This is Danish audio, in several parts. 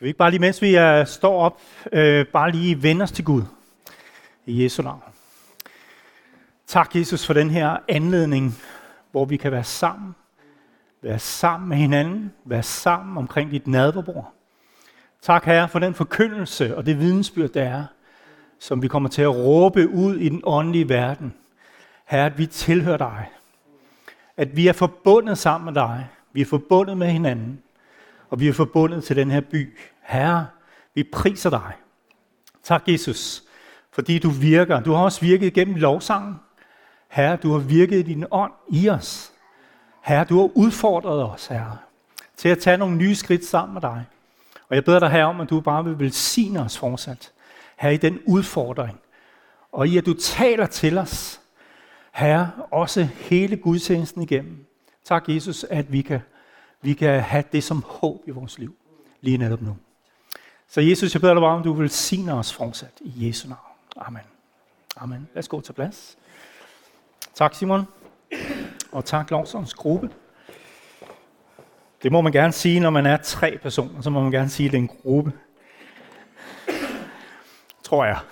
Kan vi ikke bare lige, mens vi står op, bare lige vende os til Gud i Jesu navn. Tak, Jesus, for den her anledning, hvor vi kan være sammen med hinanden, være sammen omkring dit nadverbord. Tak, Herre, for den forkyndelse og det vidensbyrd, der er, som vi kommer til at råbe ud i den åndelige verden. Herre, at vi tilhører dig. At vi er forbundet sammen med dig. Vi er forbundet med hinanden. Og vi er forbundet til den her by. Herre, vi priser dig. Tak, Jesus, fordi du virker. Du har også virket gennem lovsangen. Herre, du har virket i din ånd i os. Herre, du har udfordret os, Herre, til at tage nogle nye skridt sammen med dig. Og jeg beder dig, Herre, om, at du bare vil velsigne os fortsat. Herre, i den udfordring. Og i at du taler til os, Herre, også hele gudstjenesten igennem. Tak, Jesus, at vi kan have det som håb i vores liv, lige netop nu. Så Jesus, jeg beder dig bare, om du vil velsigne os fortsat i Jesu navn. Amen. Amen. Lad os gå til plads. Tak, Simon. Og tak, lovsangens gruppe. Det må man gerne sige, når man er 3 personer, så må man gerne sige, at det er en gruppe. Tror jeg.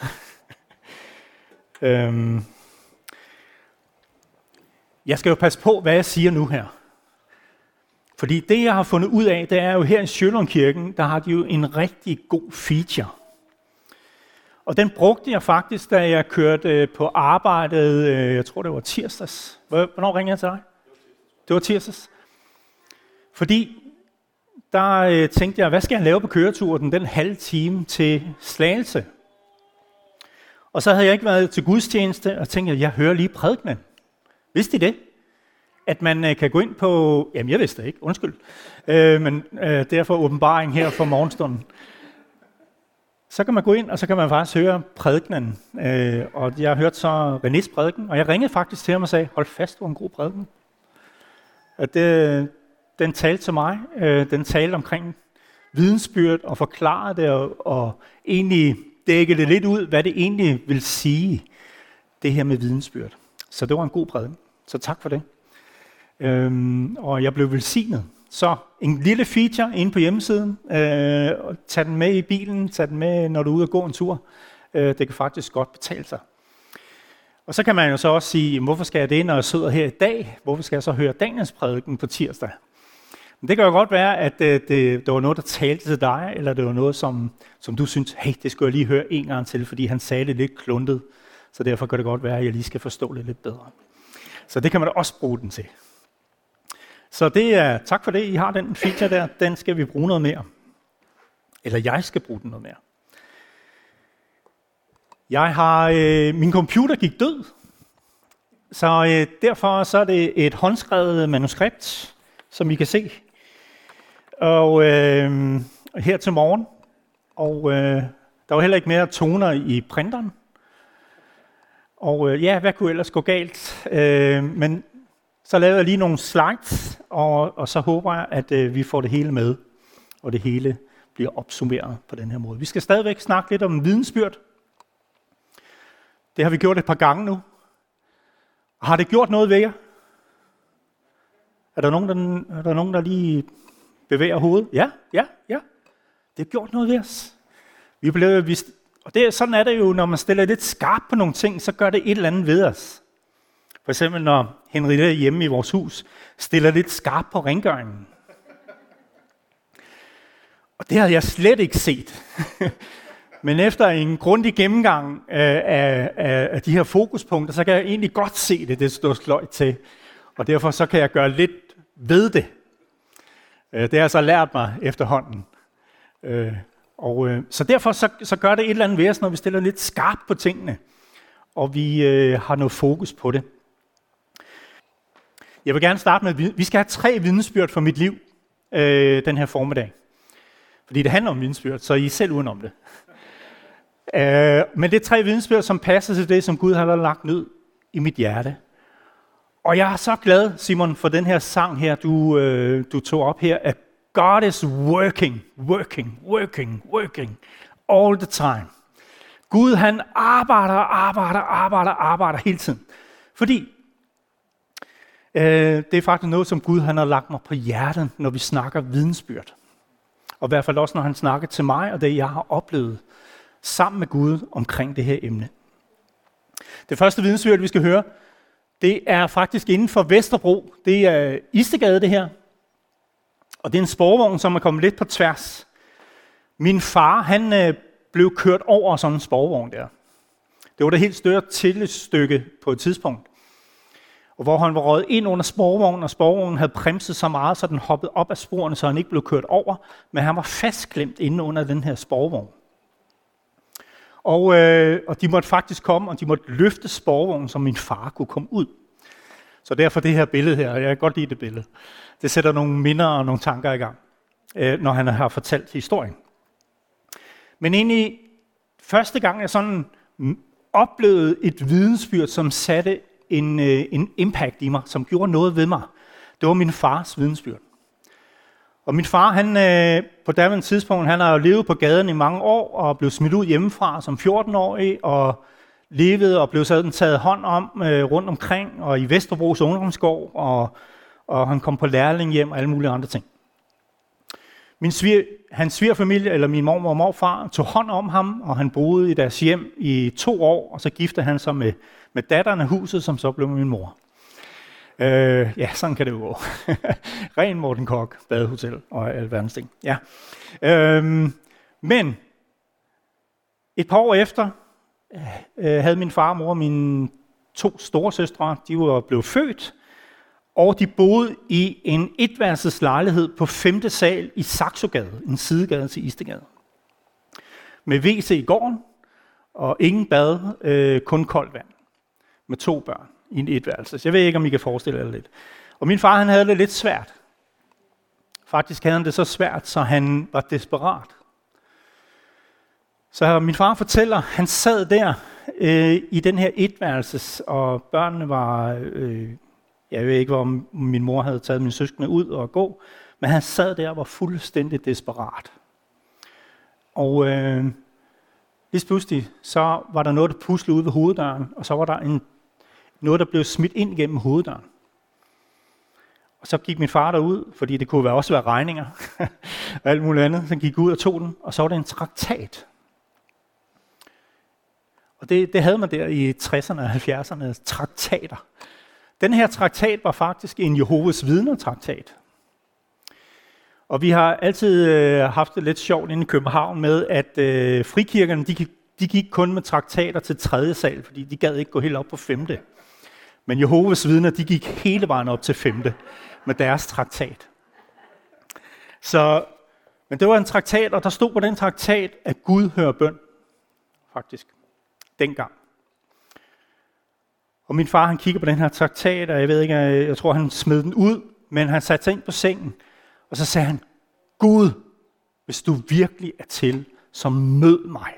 Jeg skal jo passe på, hvad jeg siger nu her. Fordi det, jeg har fundet ud af, det er jo her i Sjølundkirken, der har de jo en rigtig god feature. Og den brugte jeg faktisk, da jeg kørte på arbejdet, jeg tror det var tirsdags. Hvornår ringede jeg til dig? Det var tirsdags. Fordi der tænkte jeg, hvad skal jeg lave på køreturen den halve time til Slagelse? Og så havde jeg ikke været til gudstjeneste, og tænkte, jeg hører lige prædikenen. Vidste I det? At man kan gå ind på, jamen jeg vidste det ikke, undskyld, men derfor åbenbaring her for morgenstunden. Så kan man gå ind, og så kan man faktisk høre prædikenen. Og jeg hørte så Renés prædiken, og jeg ringede faktisk til ham og sagde, hold fast, det var en god prædiken. Og den talte til mig, den talte omkring vidensbyrd og forklarede det, og egentlig dækkede det lidt ud, hvad det egentlig vil sige, det her med vidensbyrd. Så det var en god prædiken, så tak for det. Og jeg blev velsignet. Så en lille feature inde på hjemmesiden. Tag den med i bilen, tag den med, når du er ude og gå en tur. Det kan faktisk godt betale sig. Og så kan man jo så også sige, hvorfor skal jeg det, når jeg sidder her i dag? Hvorfor skal jeg så høre Daniels prædiken på tirsdag? Men det kan jo godt være, at det var noget, der talte til dig, eller det var noget, som du synes, hey, det skulle jeg lige høre en gang til, fordi han sagde det lidt kluntet. Så derfor kan det godt være, at jeg lige skal forstå det lidt bedre. Så det kan man da også bruge den til. Så det er, tak for det, I har den feature der, den skal vi bruge noget mere. Eller jeg skal bruge den noget mere. Min computer gik død, så derfor så er det et håndskrevet manuskript, som I kan se. Og her til morgen, og der var heller ikke mere toner i printeren. Og hvad kunne ellers gå galt? Men så lavede jeg lige nogle slides, og så håber jeg, at vi får det hele med, og det hele bliver opsummeret på den her måde. Vi skal stadigvæk snakke lidt om vidensbyrd. Det har vi gjort et par gange nu. Og har det gjort noget ved jer? Er der nogen, der lige bevæger hovedet? Ja. Det har gjort noget ved os. Og sådan er det jo, når man stiller lidt skarpt på nogle ting, så gør det et eller andet ved os. For eksempel når Henriette hjemme i vores hus stiller lidt skarpt på rengøringen. Og det havde jeg slet ikke set. Men efter en grundig gennemgang af de her fokuspunkter, så kan jeg egentlig godt se det står sløjt til. Og derfor så kan jeg gøre lidt ved det. Det har jeg så lært mig efterhånden. Så derfor så gør det et eller andet ved os, når vi stiller lidt skarpt på tingene. Og vi har noget fokus på det. Jeg vil gerne starte med, vi skal have 3 vidnesbyrd for mit liv den her formiddag. Fordi det handler om vidnesbyrd, så I er selv udenom det. Men det er 3 vidnesbyrd, som passer til det, som Gud har lagt ned i mit hjerte. Og jeg er så glad, Simon, for den her sang her, du tog op her, at God is working all the time. Gud, han arbejder hele tiden. Fordi det er faktisk noget, som Gud han har lagt mig på hjertet, når vi snakker vidensbyrd. Og i hvert fald også, når han snakker til mig, og det jeg har oplevet sammen med Gud omkring det her emne. Det første vidnesbyrd, vi skal høre, det er faktisk inden for Vesterbro. Det er Istedgade, det her. Og det er en sporvogn, som er kommet lidt på tværs. Min far, han blev kørt over sådan en sporvogn der. Det var det helt større tilstykke på et tidspunkt. Og hvor han var røget ind under sporvognen, og sporvognen havde bremset så meget, så den hoppede op af sporene, så han ikke blev kørt over. Men han var fastklemt inde under den her sporvogn. Og de måtte faktisk komme, og de måtte løfte sporvognen, så min far kunne komme ud. Så derfor det her billede her, jeg kan godt lide det billede. Det sætter nogle minder og nogle tanker i gang, når han har fortalt historien. Men egentlig første gang jeg sådan oplevede et vidensbyrd, som satte en impact i mig, som gjorde noget ved mig, det var min fars vidensbyrd. Og min far, han på daværende tidspunkt, han har jo levet på gaden i mange år, og blev smidt ud hjemmefra som 14-årig, og levede og blev sådan taget hånd om rundt omkring, og i Vesterbros ungdomsgård, og han kom på lærling hjem og alle mulige andre ting. Hans svigerfamilie, eller min mormor og morfar, tog hånd om ham, og han boede i deres hjem i 2 år, og så giftede han sig med datteren af huset, som så blev min mor. Ja, sådan kan det jo gå. Ren Morten Korch, badehotel og alverdens ting. Ja. Men et par år efter havde min far og mor og mine 2 storesøstre, de var blevet født, og de boede i en etværelseslejlighed på 5. sal i Saxogade, en sidegade til Istedgade. Med WC i gården, og ingen bad, kun koldt vand. Med 2 børn i en etværelse. Jeg ved ikke, om I kan forestille jer det lidt. Og min far, han havde det lidt svært. Faktisk havde han det så svært, så han var desperat. Så min far fortæller, han sad der i den her etværelses, og børnene var... jeg ved ikke, om min mor havde taget mine søskende ud og gå, men han sad der og var fuldstændig desperat. Og lige pludselig, så var der noget, der puslede ud ved hoveddøren, og så var der noget, der blev smidt ind gennem hoveddøren. Og så gik min far derud, fordi det kunne også være regninger og alt muligt andet. Så gik ud og tog den, og så var det en traktat. Og det havde man der i 60'erne og 70'erne, traktater. Den her traktat var faktisk en Jehovas vidner-traktat. Og vi har altid haft det lidt sjovt inde i København med, at frikirkerne, de gik kun med traktater til 3. sal, fordi de gad ikke gå helt op på 5. Men Jehovas vidner, de gik hele vejen op til 5. med deres traktat. Men det var en traktat, og der stod på den traktat, at Gud hører bøn. Faktisk. Dengang. Og min far, han kigger på den her traktat, og jeg tror, han smed den ud, men han satte sig ind på sengen, og så sagde han, Gud, hvis du virkelig er til, så mød mig.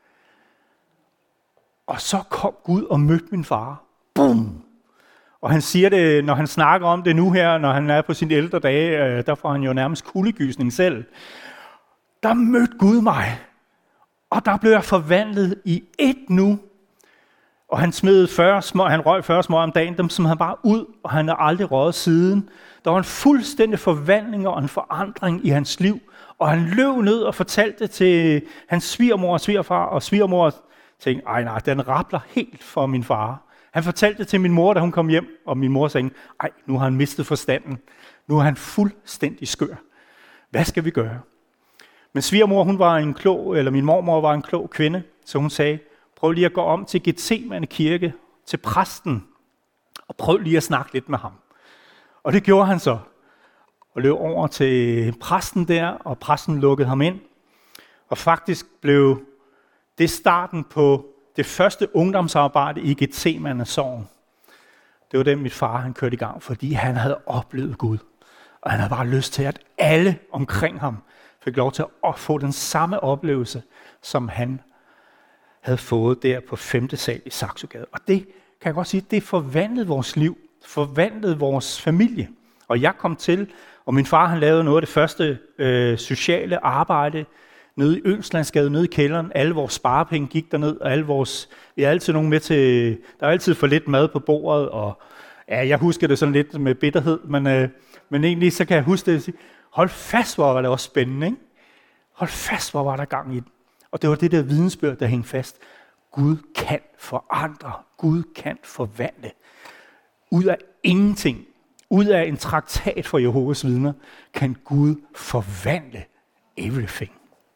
Og så kom Gud og mødte min far. Boom! Og han siger det, når han snakker om det nu her, når han er på sine ældre dage, der får han jo nærmest kuldegysning selv. Der mødte Gud mig, og der blev jeg forvandlet i ét nu. Og han røg 40 små om dagen, dem smed han bare ud, og han har aldrig røget siden. Der var en fuldstændig forvandling og en forandring i hans liv. Og han løb ned og fortalte det til hans svigermor og svigerfar, og svigermor tænkte, nej, den rappler helt for min far. Han fortalte det til min mor, da hun kom hjem, og min mor sagde, nu har han mistet forstanden. Nu er han fuldstændig skør. Hvad skal vi gøre? Men svigermor, min mormor var en klog kvinde, så hun sagde, prøv lige at gå om til Gethsemane kirke, til præsten, og prøv lige at snakke lidt med ham. Og det gjorde han så, og løb over til præsten der, og præsten lukkede ham ind. Og faktisk blev det starten på det første ungdomsarbejde i Gethsemane sogn. Det var det, mit far han kørte i gang, fordi han havde oplevet Gud. Og han havde bare lyst til, at alle omkring ham fik lov til at få den samme oplevelse, som han havde fået der på 5. sal i Saxogade. Og det kan jeg godt sige, det forvandlede vores liv, forvandlede vores familie. Og jeg kom til, og min far han lavede noget af det første sociale arbejde nede i Ønslandsgade, nede i kælderen. Alle vores sparepenge gik derned, og vi er altid nogen med til, der er altid for lidt mad på bordet, og ja, jeg husker det sådan lidt med bitterhed, men egentlig så kan jeg huske det, hold fast, hvor var det også spændende, ikke? Hold fast, hvor var der gang i den. Og det var det der vidensbyrd, der hængte fast. Gud kan forandre. Gud kan forvandle. Ud af ingenting, ud af en traktat for Jehovas vidner, kan Gud forvandle everything.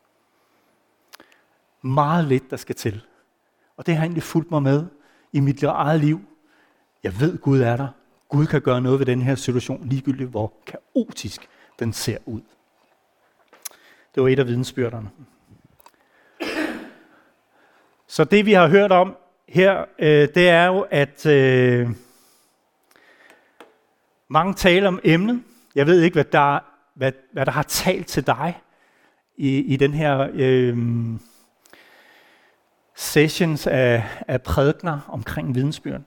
Meget lidt, der skal til. Og det har egentlig fulgt mig med i mit eget liv. Jeg ved, Gud er der. Gud kan gøre noget ved den her situation, ligegyldigt hvor kaotisk den ser ud. Det var et af vidensbyrderne. Så det vi har hørt om her, det er jo, at mange taler om emnet. Jeg ved ikke, hvad der har talt til dig i den her sessions af prædikner omkring vidensbyrden.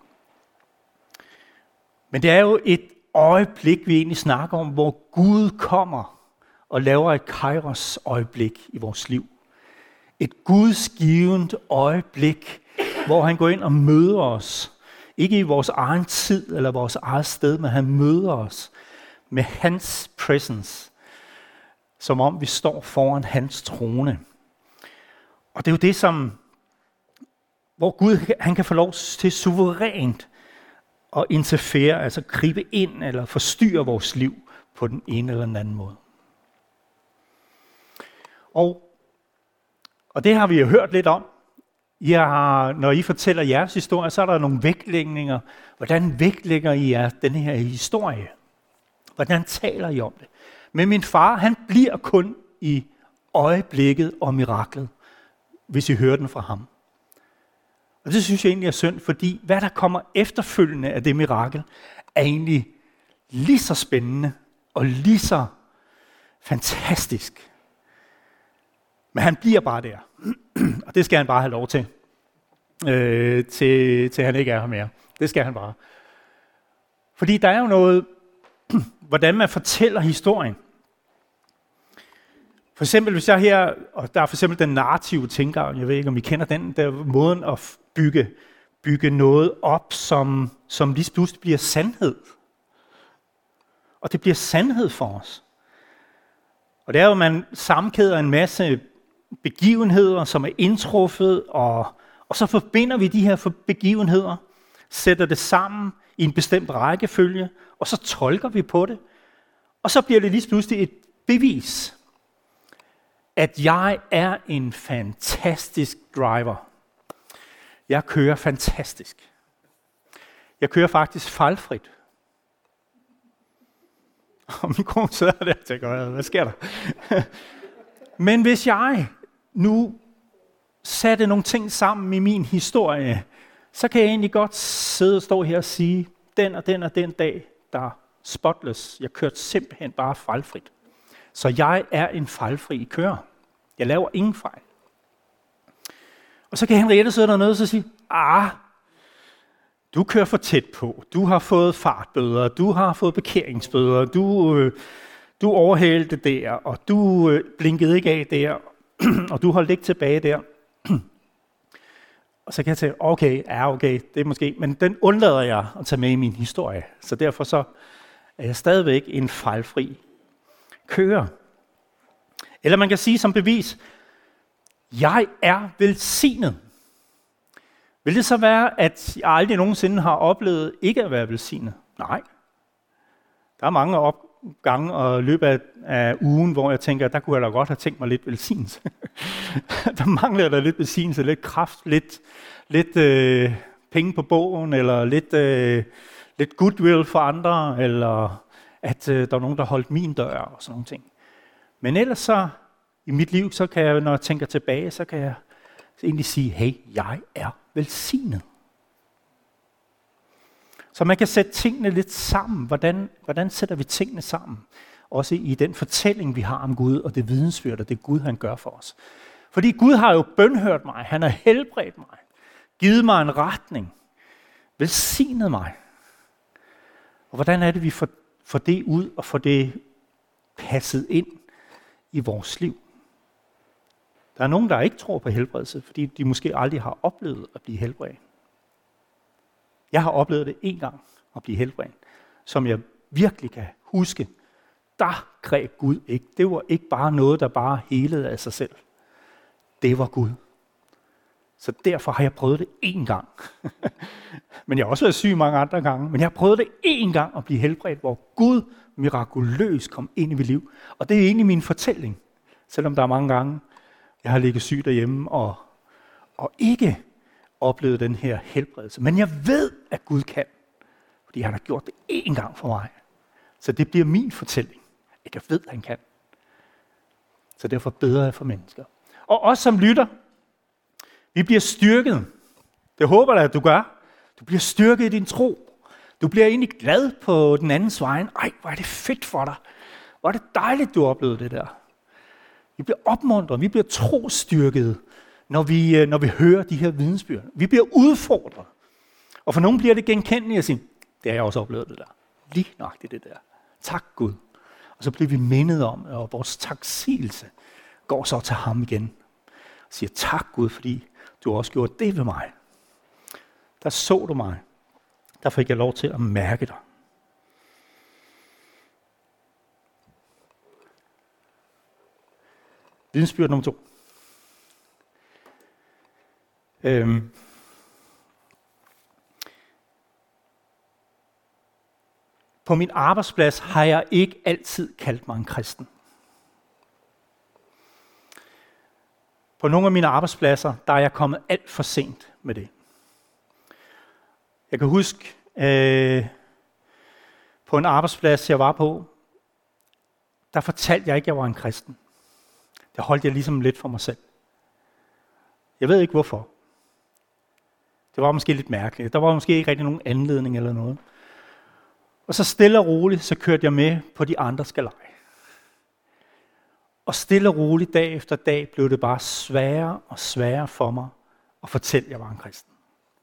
Men det er jo et øjeblik, vi egentlig snakker om, hvor Gud kommer og laver et kairos øjeblik i vores liv. Et gudsgivent øjeblik, hvor han går ind og møder os. Ikke i vores egen tid eller vores eget sted, men han møder os med hans presence. Som om vi står foran hans trone. Og det er jo det, hvor Gud han kan få lov til suverænt at interfere, altså gribe ind eller forstyrre vores liv på den ene eller den anden måde. Og det har vi jo hørt lidt om. Når I fortæller jeres historie, så er der nogle vægtlægninger. Hvordan vægtlægger I jer den her historie? Hvordan taler I om det? Men min far, han bliver kun i øjeblikket og miraklet, hvis I hører den fra ham. Og det synes jeg egentlig er synd, fordi hvad der kommer efterfølgende af det mirakel, er egentlig lige så spændende og lige så fantastisk. Men han bliver bare der, og det skal han bare have lov til, til han ikke er her mere. Det skal han bare. Fordi der er jo noget, hvordan man fortæller historien. For eksempel, hvis jeg her, og der er for eksempel den narrative tilgang, jeg ved ikke, om I kender den, der måden at bygge noget op, som lige pludselig bliver sandhed. Og det bliver sandhed for os. Og det er jo, at man sammenkæder en masse begivenheder, som er indtruffet, og så forbinder vi de her begivenheder, sætter det sammen i en bestemt rækkefølge, og så tolker vi på det. Og så bliver det lige pludselig et bevis, at jeg er en fantastisk driver. Jeg kører fantastisk. Jeg kører faktisk fejlfrit. Og min kone sidder der og tænker, hvad sker der? Men hvis jeg nu satte nogle ting sammen i min historie, så kan jeg egentlig godt sidde og stå her og sige, den og den og den dag, der er spotless. Jeg kørte simpelthen bare fejlfrit. Så jeg er en fejlfri kører. Jeg laver ingen fejl. Og så kan Henriette sidde dernede og så sige, du kører for tæt på, du har fået fartbøder, du har fået parkeringsbøder, du overhældte der, og du blinkede ikke af der, og du holdt ikke tilbage der. Og så kan jeg sige, okay, det er måske, men den undlader jeg at tage med i min historie. Så derfor så er jeg stadigvæk en fejlfri kører. Eller man kan sige som bevis, jeg er velsignet. Vil det så være, at jeg aldrig nogensinde har oplevet ikke at være velsignet? Nej. Der er mange gange og løbet af ugen, hvor jeg tænker, der kunne jeg da godt have tænkt mig lidt velsignelse. Der mangler der lidt velsignelse, lidt kraft, lidt penge på bogen, eller lidt goodwill for andre, eller at der er nogen, der holdt min dør og sådan nogle ting. Men ellers så, i mit liv, så kan jeg, når jeg tænker tilbage, så kan jeg egentlig sige, hey, jeg er velsignet. Så man kan sætte tingene lidt sammen. Hvordan sætter vi tingene sammen? Også i den fortælling, vi har om Gud, og det vidensbyrd, og det Gud, han gør for os. Fordi Gud har jo bønhørt mig, han har helbredt mig, givet mig en retning, velsignet mig. Og hvordan er det, vi får det ud, og får det passet ind i vores liv? Der er nogen, der ikke tror på helbredelse, fordi de måske aldrig har oplevet at blive helbredt. Jeg har oplevet det en gang at blive helbredt, som jeg virkelig kan huske. der greb Gud ikke. Det var ikke bare noget, der bare helede af sig selv. Det var Gud. Så derfor har jeg prøvet det én gang. Men jeg har også været syg mange andre gange. Men jeg har prøvet det én gang at blive helbredt, hvor Gud mirakuløst kom ind i mit liv. Og det er egentlig min fortælling. Selvom der er mange gange, jeg har ligget syg derhjemme og ikke oplevet den her helbredelse. Men jeg ved, at Gud kan. Fordi han har gjort det én gang for mig. Så det bliver min fortælling, at jeg ved, at han kan. Så derfor beder jeg for mennesker. Og os som lytter, vi bliver styrket. Det håber jeg, at du gør. Du bliver styrket i din tro. Du bliver egentlig glad på den andens vejen. Ej, hvor er det fedt for dig. Hvor er det dejligt, du oplevede det der. Vi bliver opmuntret, vi bliver trosstyrket, når vi hører de her vidensbyrd. Vi bliver udfordret. Og for nogen bliver det genkendeligt at sige, det har jeg også oplevet det der. Lige nøjagtigt det der. Tak Gud. Og så bliver vi mindet om, og vores taksigelse går så til ham igen. Og siger tak Gud, fordi du har også gjort det ved mig. Der så du mig. Der fik jeg lov til at mærke dig. Vidensbyrd nummer 2. På min arbejdsplads har jeg ikke altid kaldt mig en kristen. På nogle af mine arbejdspladser, der er jeg kommet alt for sent med det. Jeg kan huske, på en arbejdsplads, jeg var på, der fortalte jeg ikke, at jeg var en kristen. Det holdt jeg ligesom lidt for mig selv. Jeg ved ikke hvorfor. Det var måske lidt mærkeligt. Der var måske ikke rigtig nogen anledning eller noget. Og så stille og roligt, så kørte jeg med på de andres galej. Og stille og roligt, dag efter dag, blev det bare sværere og sværere for mig at fortælle, at jeg var en kristen.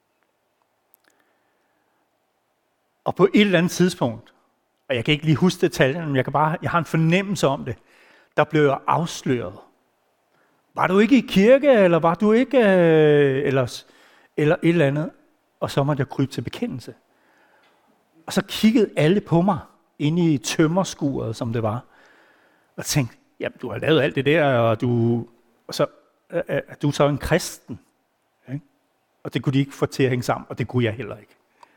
Og på et eller andet tidspunkt, og jeg kan ikke lige huske detaljerne, men jeg har en fornemmelse om det, der blev jeg afsløret. Var du ikke i kirke, eller var du ikke, eller et eller andet? Og så måtte jeg krybe til bekendelse. Og så kiggede alle på mig, inde i tømmerskuret, som det var. Og tænkte, jamen du har lavet alt det der, og du er så en kristen. Ikke? Og det kunne de ikke få til at hænge sammen, og det kunne jeg heller ikke.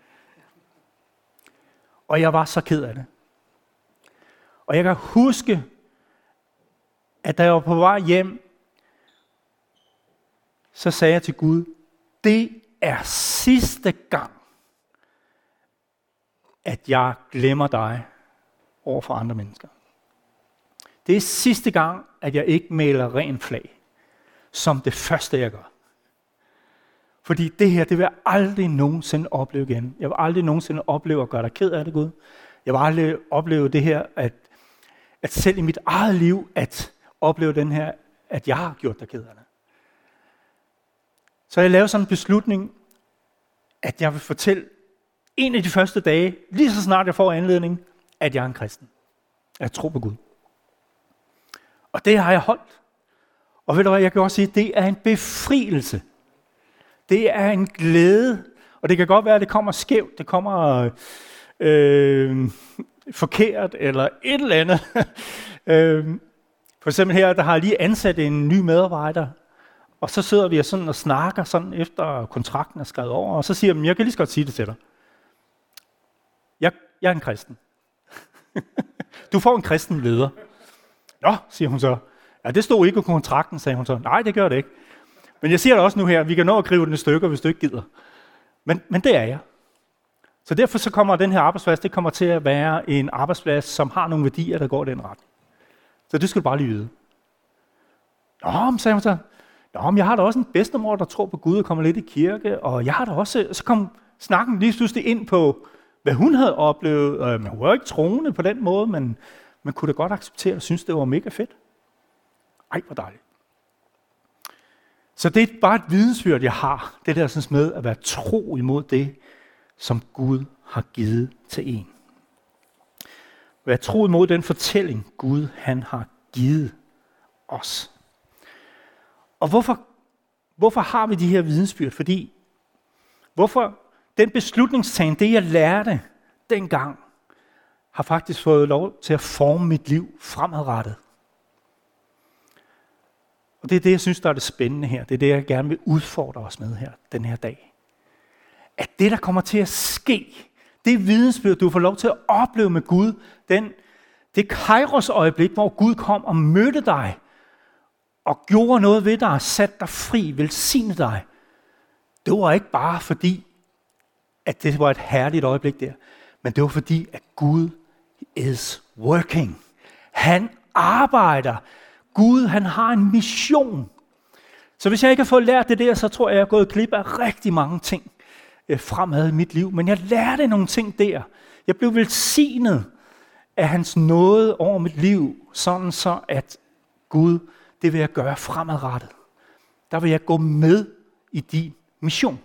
Og jeg var så ked af det. Og jeg kan huske, at da jeg var på vej hjem, så sagde jeg til Gud, det er sidste gang, at jeg glemmer dig over for andre mennesker. Det er sidste gang, at jeg ikke maler ren flag, som det første, jeg gør. Fordi det her, det vil jeg aldrig nogensinde opleve igen. Jeg vil aldrig nogensinde opleve at gøre dig ked af det, Gud. Jeg vil aldrig opleve det her, at selv i mit eget liv, at opleve den her, at jeg har gjort dig ked af det. Så jeg lavede sådan en beslutning, at jeg vil fortælle en af de første dage, lige så snart jeg får anledning, at jeg er en kristen. At jeg tror på Gud. Og det har jeg holdt. Og ved du hvad, jeg kan også sige, at det er en befrielse. Det er en glæde. Og det kan godt være, at det kommer skævt, det kommer forkert, eller et eller andet. For eksempel her, der har jeg lige ansat en ny medarbejder, og så sidder vi sådan og snakker sådan efter kontrakten er skrevet over, og så siger jeg, jeg kan lige så godt sige det til dig. Jeg er en kristen. Du får en kristen leder. Nå, siger hun så. Ja, det stod ikke i kontrakten, sagde hun så. Nej, det gør det ikke. Men jeg siger det også nu her, vi kan nå at gribe den i stykker, hvis du ikke gider. Men det er jeg. Så derfor så kommer den her arbejdsplads, det kommer til at være en arbejdsplads, som har nogle værdier, der går i den retning. Så det skal du bare lige vide. Nå, sagde hun så. Nå, men jeg har da også en bedstemor, der tror på Gud og kommer lidt i kirke, og jeg har da også, så kom snakken lige pludselig ind på, hvad hun havde oplevet. Men hun var ikke troende på den måde, men man kunne da godt acceptere og synes, det var mega fedt. Ej, hvor dejligt. Så det er bare et vidensbyrd, jeg har. Det der sådan med at være tro imod det, som Gud har givet til en. Være tro imod den fortælling, Gud han har givet os. Og hvorfor har vi de her vidensbyrd? Fordi, hvorfor den beslutningstagen, det jeg lærte dengang, har faktisk fået lov til at forme mit liv fremadrettet. Og det er det, jeg synes, der er det spændende her. Det er det, jeg gerne vil udfordre os med her, den her dag. At det, der kommer til at ske, det vidensbyrd, du får lov til at opleve med Gud, det Kairos øjeblik, hvor Gud kom og mødte dig, og gjorde noget ved dig, satte dig fri, velsignede dig. Det var ikke bare fordi, at det var et herligt øjeblik der, men det var fordi, at Gud is working. Han arbejder. Gud, han har en mission. Så hvis jeg ikke har fået lært det der, så tror jeg er gået glip af rigtig mange ting fremad i mit liv. Men jeg lærte nogle ting der. Jeg blev velsignet af hans nåde over mit liv, sådan så at Gud, det vil jeg gøre fremadrettet. Der vil jeg gå med i din mission.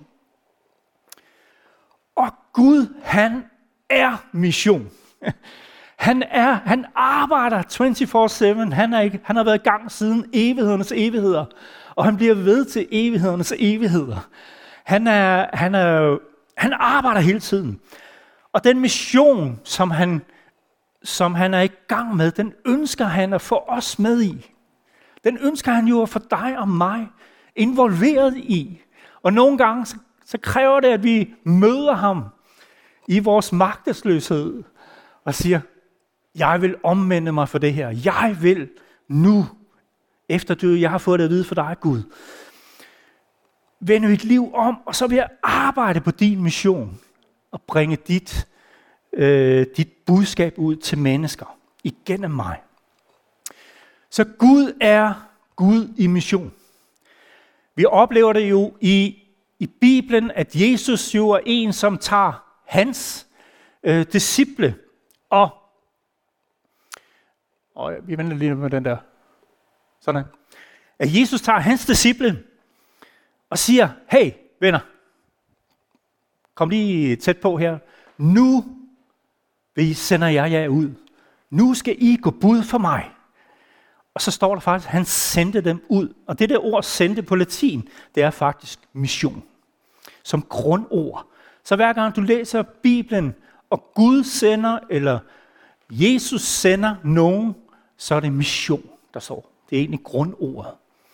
Og Gud, han er mission. Han arbejder 24/7. Han har været i gang siden evighedernes evigheder. Og han bliver ved til evighedernes evigheder. Han arbejder hele tiden. Og den mission, som han er i gang med, den ønsker han at få os med i. Den ønsker han jo at få dig og mig involveret i. Og nogle gange, så kræver det, at vi møder ham i vores magtesløshed og siger, jeg vil omvende mig for det her. Jeg vil nu, efter jeg har fået det at vide for dig, Gud, vende mit liv om, og så vil jeg arbejde på din mission og bringe dit budskab ud til mennesker igennem mig. Så Gud er Gud i mission. Vi oplever det jo i Bibelen, at Jesus jo er en, som tager hans disciple og vi venter lige med den der. Sådan. At Jesus tager hans disciple og siger, hey venner, kom lige tæt på her. Nu sender jeg jer ud. Nu skal I gå bud for mig. Og så står der faktisk, at han sendte dem ud. Og det der ord sendte på latin, det er faktisk mission. Som grundord. Så hver gang du læser Bibelen, og Gud sender, eller Jesus sender nogen, så er det mission, der står. Det er egentlig grundordet.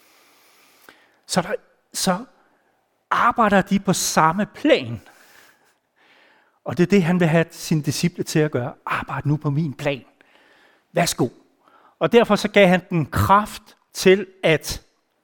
Så arbejder de på samme plan. Og det er det, han vil have sine disciple til at gøre. Arbejde nu på min plan. Værsgo. Og derfor så gav han den kraft til at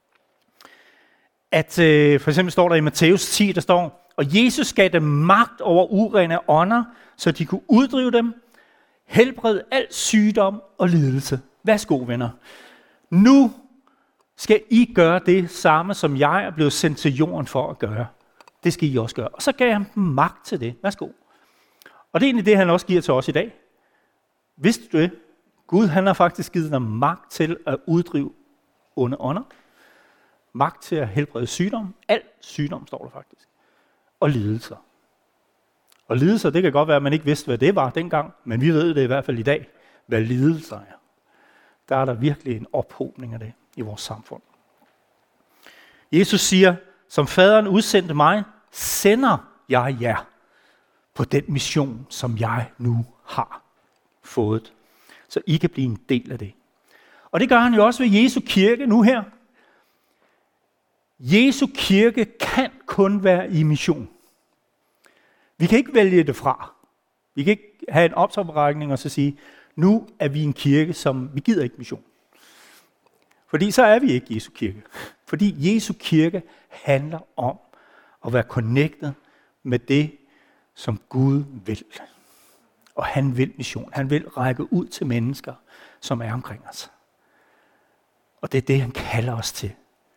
for eksempel står der i Matthæus 10, der står, og Jesus gav dem magt over urene ånder, så de kunne uddrive dem, helbrede al sygdom og lidelse. Værsgo, venner. Nu skal I gøre det samme, som jeg er blevet sendt til jorden for at gøre. Det skal I også gøre. Og så gav han dem magt til det. Værsgo. Og det er egentlig det, han også giver til os i dag. Vidste du det? Gud, han har faktisk givet dig magt til at uddrive onde ånder. Magt til at helbrede sygdom. Al sygdom står der faktisk. Og lidelser. Og lidelser, det kan godt være, at man ikke vidste, hvad det var dengang, men vi ved det i hvert fald i dag, hvad lidelser er. Der er der virkelig en ophobning af det i vores samfund. Jesus siger, som faderen udsendte mig, sender jeg jer på den mission, som jeg nu har fået. Så I kan blive en del af det. Og det gør han jo også ved Jesu kirke nu her. Jesu kirke kan kun være i mission. Vi kan ikke vælge det fra. Vi kan ikke have en optoprækning og så sige, nu er vi en kirke, som vi gider ikke mission. Fordi så er vi ikke Jesu kirke. Fordi Jesu kirke handler om at være connected med det, som Gud vil. Og han vil mission. Han vil række ud til mennesker, som er omkring os. Og det er det, han kalder os til.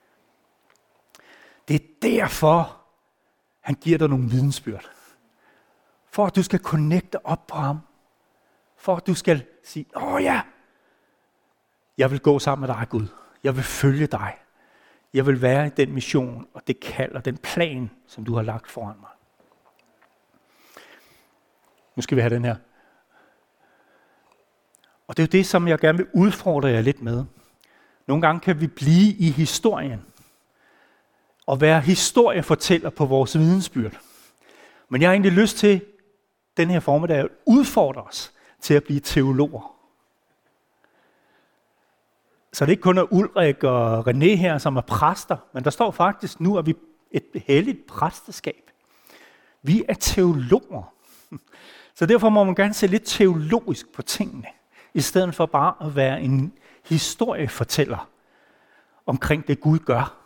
Det er derfor, han giver dig nogle vidensbyrd. For at du skal connecte op på ham. For at du skal sige, ja, jeg vil gå sammen med dig, Gud. Jeg vil følge dig. Jeg vil være i den mission og det kald og den plan, som du har lagt foran mig. Nu skal vi have den her. Og det er jo det, som jeg gerne vil udfordre jer lidt med. Nogle gange kan vi blive i historien. Og være historiefortæller på vores vidensbyrd. Men jeg har egentlig lyst til den her formiddag at udfordre os til at blive teologer. Så det er ikke kun Ulrik og René her, som er præster, men der står faktisk nu, at vi er et helligt præsteskab. Vi er teologer. Så derfor må man gerne se lidt teologisk på tingene, i stedet for bare at være en historiefortæller omkring det Gud gør.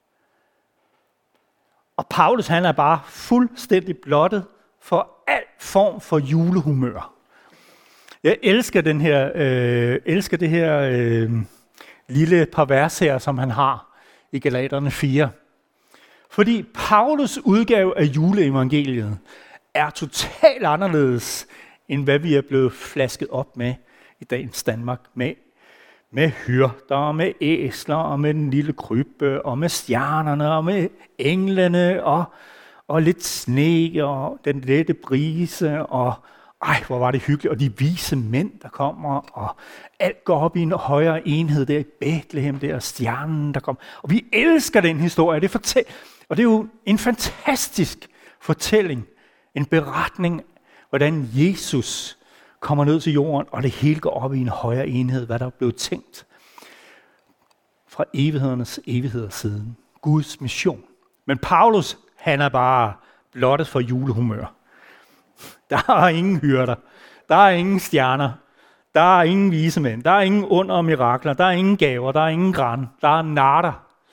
Og Paulus, han er bare fuldstændig blottet for al form for julehumør. Jeg elsker det her lille par vers her, som han har i Galaterne 4. Fordi Paulus udgave af juleevangeliet er totalt anderledes, end hvad vi er blevet flasket op med i dagens Danmark. Med hyrder, og med æsler, og med den lille krybbe, og med stjernerne, og med englene, og lidt sne, og den lette brise, og hvor var det hyggeligt, og de vise mænd, der kommer, og alt går op i en højere enhed der i Bethlehem, der stjernen, der kommer. Og vi elsker den historie, og det er jo en fantastisk fortælling, en beretning, hvordan Jesus kommer ned til jorden, og det hele går op i en højere enhed, hvad der er blevet tænkt fra evighedernes evigheder siden. Guds mission. Men Paulus, han er bare blottet for julehumør. Der er ingen hyrder, der er ingen stjerner, der er ingen visemænd, der er ingen under og mirakler, der er ingen gaver, der er ingen gran, der er nada.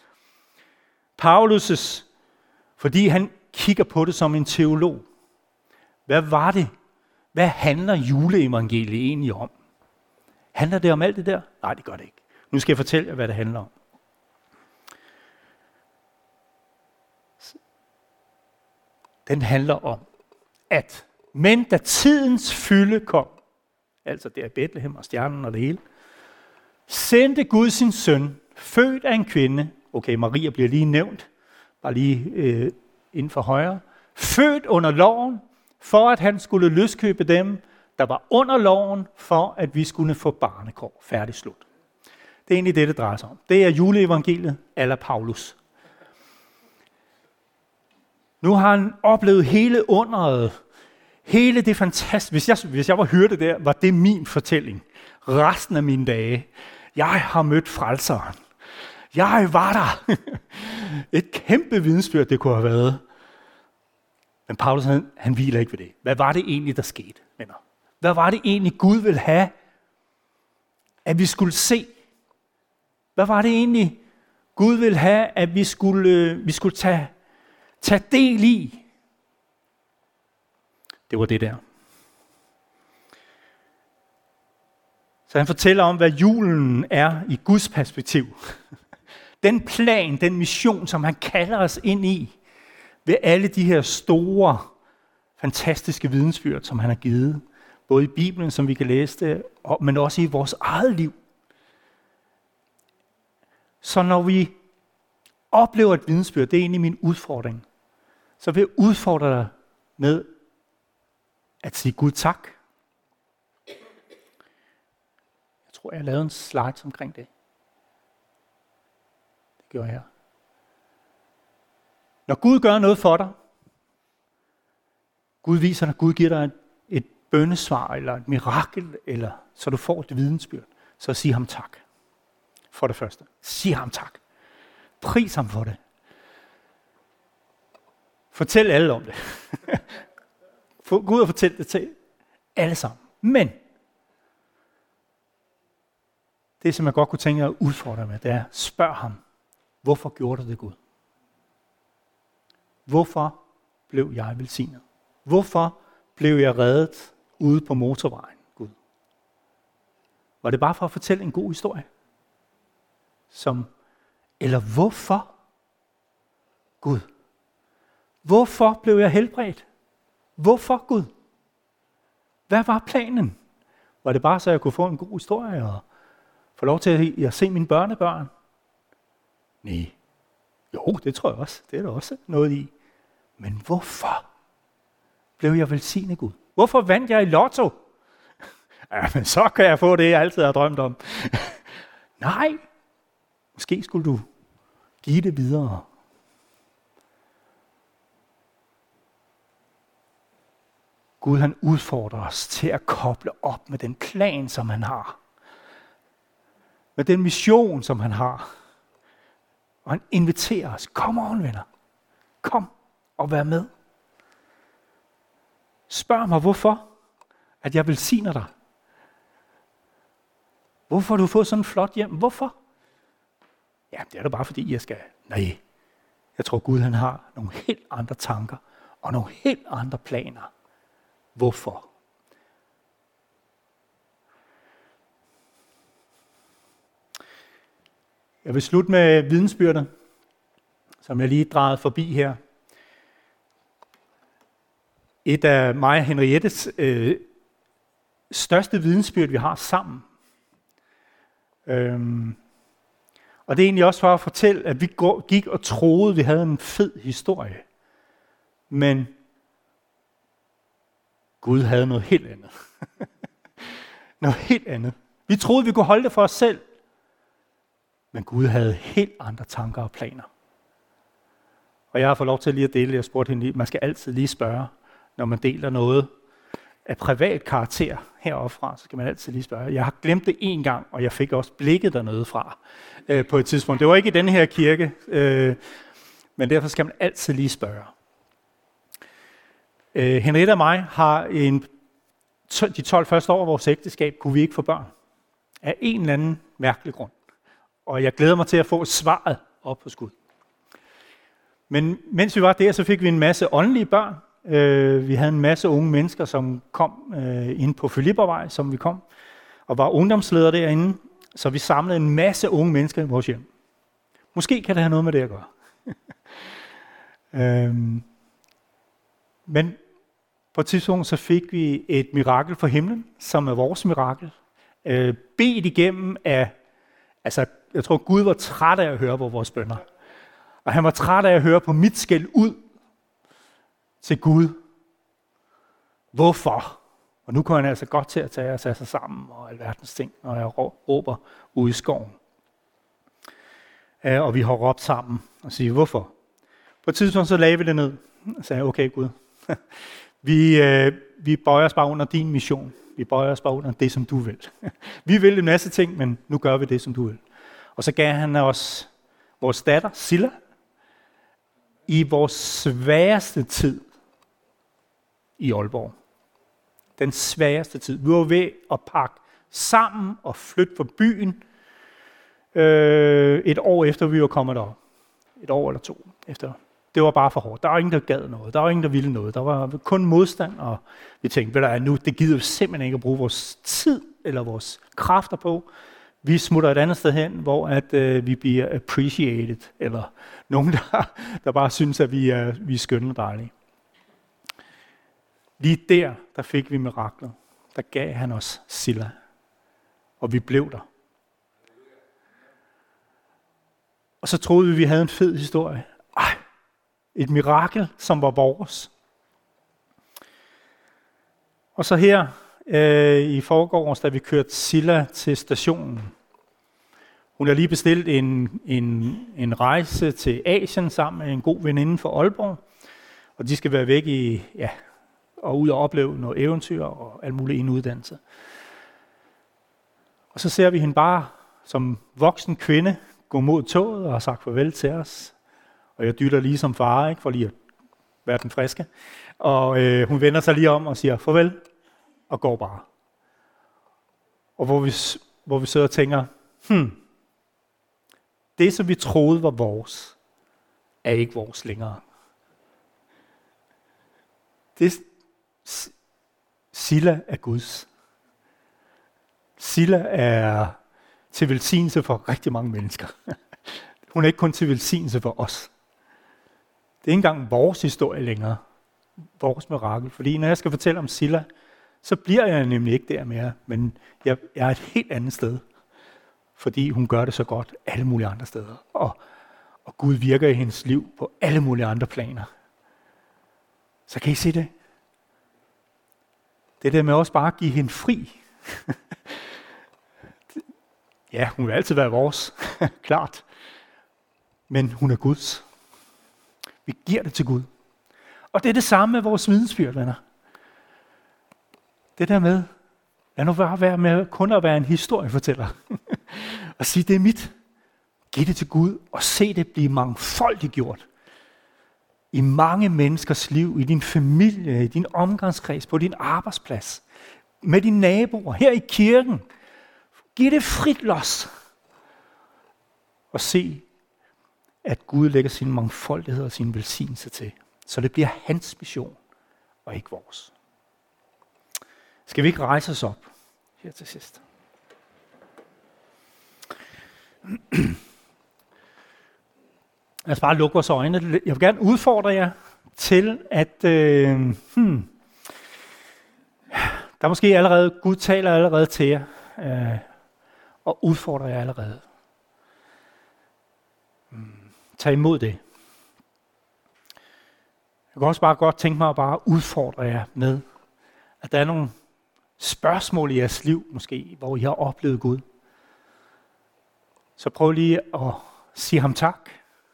Paulus' fordi han kigger på det som en teolog. Hvad var det? Hvad handler juleevangeliet egentlig om? Handler det om alt det der? Nej, det gør det ikke. Nu skal jeg fortælle jer, hvad det handler om. Den handler om, at men da tidens fylde kom, altså der i Bethlehem og stjernen og det hele, sendte Gud sin søn, født af en kvinde, okay, Maria bliver lige nævnt, bare lige inden for højre, født under loven, for at han skulle løskøbe dem, der var under loven, for at vi skulle få barnekår. Færdig slut. Det er egentlig det drejer sig om. Det er juleevangeliet a la Paulus. Nu har han oplevet hele underet, hele det fantastiske. Hvis jeg var hyrde der, var det min fortælling. Resten af mine dage. Jeg har mødt frelseren. Jeg var der. Et kæmpe vidensbyrd, det kunne have været. Men Paulus, han hviler ikke ved det. Hvad var det egentlig, der skete, venner? Hvad var det egentlig, Gud ville have, at vi skulle se? Hvad var det egentlig, Gud ville have, at vi skulle tage del i? Det var det der. Så han fortæller om, hvad julen er i Guds perspektiv. Den plan, den mission, som han kalder os ind i, ved alle de her store, fantastiske vidensbyrd, som han har givet. Både i Bibelen, som vi kan læse det, men også i vores eget liv. Så når vi oplever et vidensbyrd, det er egentlig min udfordring, så vil jeg udfordre dig med at sige Gud tak. Jeg tror, jeg har lavet en slide omkring det. Det gjorde jeg. Når Gud gør noget for dig, Gud viser dig, Gud giver dig et bønnesvar, eller et mirakel, eller så du får et vidensbyrd, så sig ham tak. For det første. Sig ham tak. Pris ham for det. Fortæl alle om det. Gå ud og fortæl det til alle sammen. Men det, som jeg godt kunne tænke jer at udfordre med, det er, spørg ham, hvorfor gjorde du det, Gud? Hvorfor blev jeg velsignet? Hvorfor blev jeg reddet ude på motorvejen, Gud? Var det bare for at fortælle en god historie? Eller hvorfor, Gud? Hvorfor blev jeg helbredt? Hvorfor, Gud? Hvad var planen? Var det bare så, jeg kunne få en god historie og få lov til at se mine børnebørn? Nej. Jo, det tror jeg også. Det er der også noget i. Men hvorfor blev jeg velsignet, Gud? Hvorfor vandt jeg i lotto? Ja, men så kan jeg få det, jeg altid har drømt om. Nej. Måske skulle du give det videre. Gud han udfordrer os til at koble op med den plan, som han har. Med den mission, som han har. Og han inviterer os. Kom on, venner. Kom og vær med. Spørg mig, hvorfor at jeg velsigner dig. Hvorfor har du fået sådan et flot hjem? Hvorfor? Ja, det er da bare fordi, jeg skal. Nej, jeg tror Gud han har nogle helt andre tanker og nogle helt andre planer. Hvorfor? Jeg vil slutte med vidensbyrdet, som jeg lige drejede forbi her. Et af mig og Henriettes største vidensbyrd, vi har sammen. Og det er egentlig også for at fortælle, at vi gik og troede, at vi havde en fed historie. Men Gud havde noget helt andet. Noget helt andet. Vi troede, vi kunne holde det for os selv. Men Gud havde helt andre tanker og planer. Og jeg har fået lov til lige at dele det. Jeg spurgte hende lige, man skal altid lige spørge, når man deler noget af privat karakter heroppe fra, så skal man altid lige spørge. Jeg har glemt det en gang, og jeg fik også blikket dernede fra på et tidspunkt. Det var ikke i denne her kirke, men derfor skal man altid lige spørge. Henriette og mig har de 12 første år af vores ægteskab, kunne vi ikke få børn. Af en eller anden mærkelig grund. Og jeg glæder mig til at få svaret op hos Gud. Men mens vi var der, så fik vi en masse åndelige børn. Vi havde en masse unge mennesker, som kom ind på Filippervej, som vi kom, og var ungdomsledere derinde. Så vi samlede en masse unge mennesker i vores hjem. Måske kan det have noget med det at gøre. Men på et tidspunkt så fik vi et mirakel fra himlen, som er vores mirakel. Bedt igennem af, altså jeg tror Gud var træt af at høre på vores bønner. Og han var træt af at høre på mit skæld ud til Gud. Hvorfor? Og nu kunne han altså godt til at tage sig sammen og alverdens ting, når jeg råber ude i skoven. Og vi har råbt sammen og siger, hvorfor? På et tidspunkt så lagde vi det ned og sagde, okay Gud, vi bøjer os bare under din mission. Vi bøjer os bare under det, som du vil. Vi vil en masse ting, men nu gør vi det, som du vil. Og så gav han os vores datter, Silla, i vores sværeste tid i Aalborg. Den sværeste tid. Vi var ved at pakke sammen og flytte fra byen et år efter, vi var kommet derop. Et år eller to efter. Det var bare for hårdt. Der var ingen, der gad noget. Der var ingen, der ville noget. Der var kun modstand, og vi tænkte, det gider vi simpelthen ikke at bruge vores tid eller vores kræfter på. Vi smutter et andet sted hen, hvor at vi bliver appreciated, eller nogen, der bare synes, at vi er skønne og dejlige. Lige der fik vi miraklet. Der gav han os Silla, og vi blev der. Og så troede vi havde en fed historie. Et mirakel, som var vores. Og så her i forgårs, da vi kørte Silla til stationen. Hun har lige bestilt en rejse til Asien sammen med en god veninde fra Aalborg. Og de skal være væk og ud og opleve noget eventyr og alt muligt i en uddannelse. Og så ser vi hende bare som voksen kvinde gå mod toget og har sagt farvel til os. Og jeg dytter lige som far, ikke, for lige at være den friske. Og hun vender sig lige om og siger farvel og går bare. Og hvor vi sidder og tænker, det som vi troede var vores, er ikke vores længere. Silla er Guds. Silla er til velsignelse for rigtig mange mennesker. Hun er ikke kun til velsignelse for os. Det er ikke engang vores historie længere. Vores mirakel. Fordi når jeg skal fortælle om Silla, så bliver jeg nemlig ikke der mere. Men jeg er et helt andet sted. Fordi hun gør det så godt alle mulige andre steder. Og Gud virker i hendes liv på alle mulige andre planer. Så kan I se det? Det der med også bare at give hende fri. Ja, hun vil altid være vores. Klart. Men hun er Guds. Vi giver det til Gud. Og det er det samme med vores vidensbyrd, venner. det der med, lad nu bare være med kun at være en historiefortæller. Og sige, det er mit. Giv det til Gud, og se det blive mangfoldigt gjort. I mange menneskers liv, i din familie, i din omgangskreds, på din arbejdsplads, med dine naboer, her i kirken. Giv det frit los. Og se, at Gud lægger sin mangfoldighed og sin velsignelse til. Så det bliver hans mission, og ikke vores. Skal vi ikke rejse os op her til sidst? Lad os bare lukke vores øjne. Jeg vil gerne udfordre jer til, at der måske allerede, Gud taler allerede til jer, og udfordrer jer allerede. Tag imod det. Jeg kan også bare godt tænke mig at bare udfordre jer med, at der er nogle spørgsmål i jeres liv, måske, hvor I har oplevet Gud. Så prøv lige at sige ham tak.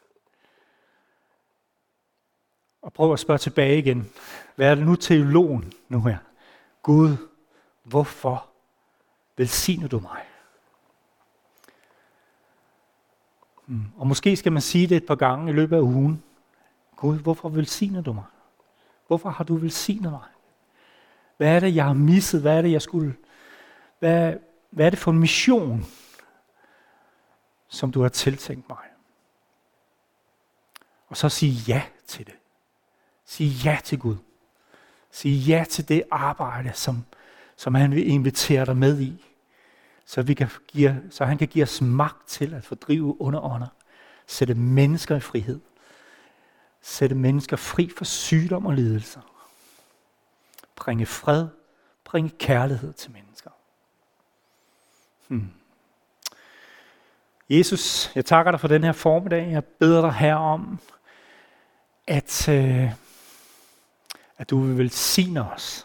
Og prøv at spørge tilbage igen. Hvad er det nu teologen nu her? Gud, hvorfor velsigner du mig? Og måske skal man sige det et par gange i løbet af ugen. Gud, hvorfor velsigner du mig? Hvorfor har du velsignet mig? Hvad er det, jeg har misset? Hvad er det, jeg skulle... Hvad er det for en mission, som du har tiltænkt mig? Og så sige ja til det. Sig ja til Gud. Sig ja til det arbejde, som han vil invitere dig med i. Så han kan give os magt til at fordrive onde ånder. Sætte mennesker i frihed. Sætte mennesker fri fra sygdom og lidelser. Bringe fred. Bringe kærlighed til mennesker. Jesus, jeg takker dig for den her formiddag. Jeg beder dig her om, at du vil velsigne os.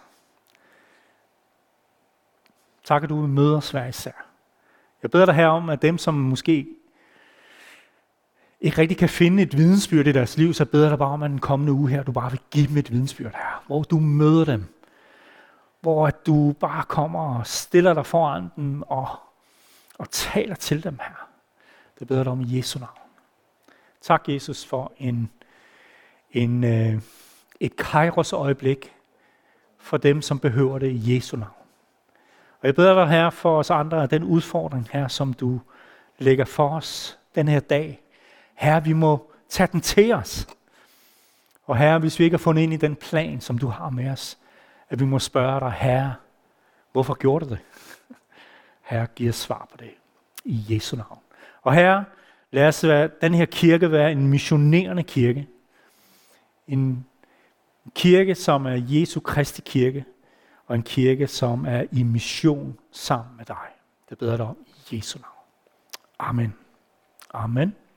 Tak, at du vil møde os hver især. Jeg beder dig her om, at dem, som måske ikke rigtig kan finde et vidensbyrd i deres liv, så beder jeg dig bare om, at den kommende uge her, du bare vil give dem et vidensbyrd her, hvor du møder dem. Hvor at du bare kommer og stiller dig foran dem og taler til dem her. Det beder jeg dig om i Jesu navn. Tak, Jesus, for et kairos øjeblik for dem, som behøver det i Jesu navn. Og jeg beder dig her for os andre, at den udfordring her, som du lægger for os den her dag, Herre, vi må tage den til os. Og Herre, hvis vi ikke har fundet ind i den plan, som du har med os, at vi må spørge dig, Herre, hvorfor gjorde du det? Herre, giv os svar på det i Jesu navn. Og Herre, lad os den her kirke være en missionerende kirke. En kirke, som er Jesu Kristi kirke, og en kirke, som er i mission sammen med dig. Det beder jeg dig om i Jesu navn. Amen. Amen.